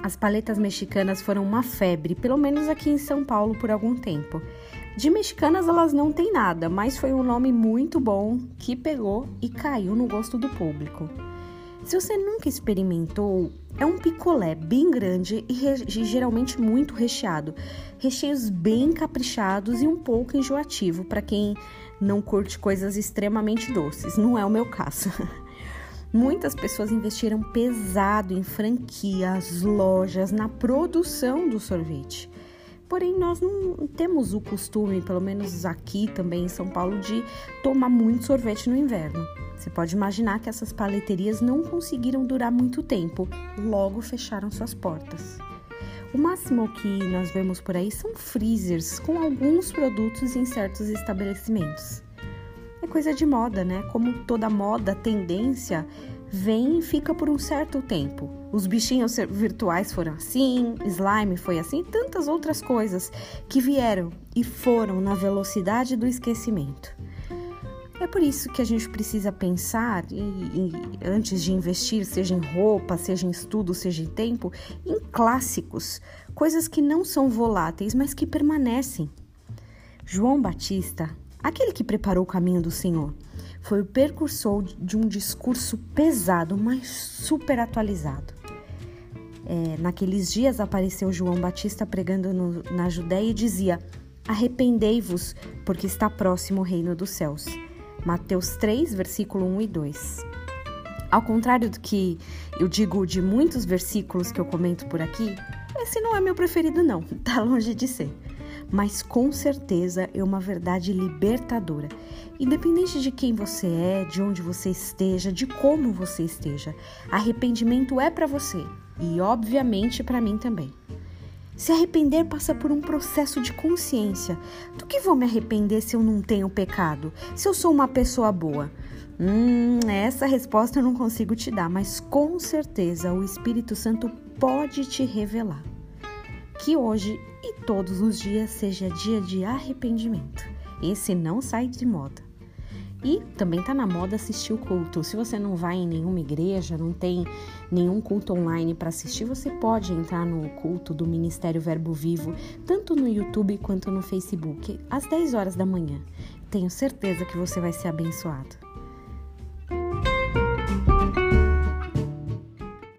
As paletas mexicanas foram uma febre, pelo menos aqui em São Paulo por algum tempo. De mexicanas elas não têm nada, mas foi um nome muito bom que pegou e caiu no gosto do público. Se você nunca experimentou, é um picolé bem grande e geralmente muito recheado. Recheios bem caprichados e um pouco enjoativo para quem não curte coisas extremamente doces. Não é o meu caso. Muitas pessoas investiram pesado em franquias, lojas, na produção do sorvete. Porém, nós não temos o costume, pelo menos aqui também em São Paulo, de tomar muito sorvete no inverno. Você pode imaginar que essas paleterias não conseguiram durar muito tempo, logo fecharam suas portas. O máximo que nós vemos por aí são freezers com alguns produtos em certos estabelecimentos. É coisa de moda, né? Como toda moda, tendência vem e fica por um certo tempo. Os bichinhos virtuais foram assim, slime foi assim, tantas outras coisas que vieram e foram na velocidade do esquecimento. É por isso que a gente precisa pensar, antes de investir, seja em roupa, seja em estudo, seja em tempo, em clássicos, coisas que não são voláteis, mas que permanecem. João Batista, aquele que preparou o caminho do Senhor, foi o precursor de um discurso pesado, mas super atualizado. Naqueles dias apareceu João Batista pregando na Judéia e dizia: arrependei-vos, porque está próximo o reino dos céus. Mateus 3, versículo 1 e 2. Ao contrário do que eu digo de muitos versículos que eu comento por aqui, esse não é meu preferido não, tá longe de ser. Mas com certeza é uma verdade libertadora. Independente de quem você é, de onde você esteja, de como você esteja, arrependimento é para você e obviamente para mim também. Se arrepender passa por um processo de consciência. Do que vou me arrepender se eu não tenho pecado? Se eu sou uma pessoa boa? Essa resposta eu não consigo te dar, mas com certeza o Espírito Santo pode te revelar. Que hoje e todos os dias seja dia de arrependimento. Esse não sai de moda. E também tá na moda assistir o culto. Se você não vai em nenhuma igreja, não tem nenhum culto online para assistir, você pode entrar no culto do Ministério Verbo Vivo, tanto no YouTube quanto no Facebook, às 10 horas da manhã. Tenho certeza que você vai ser abençoado.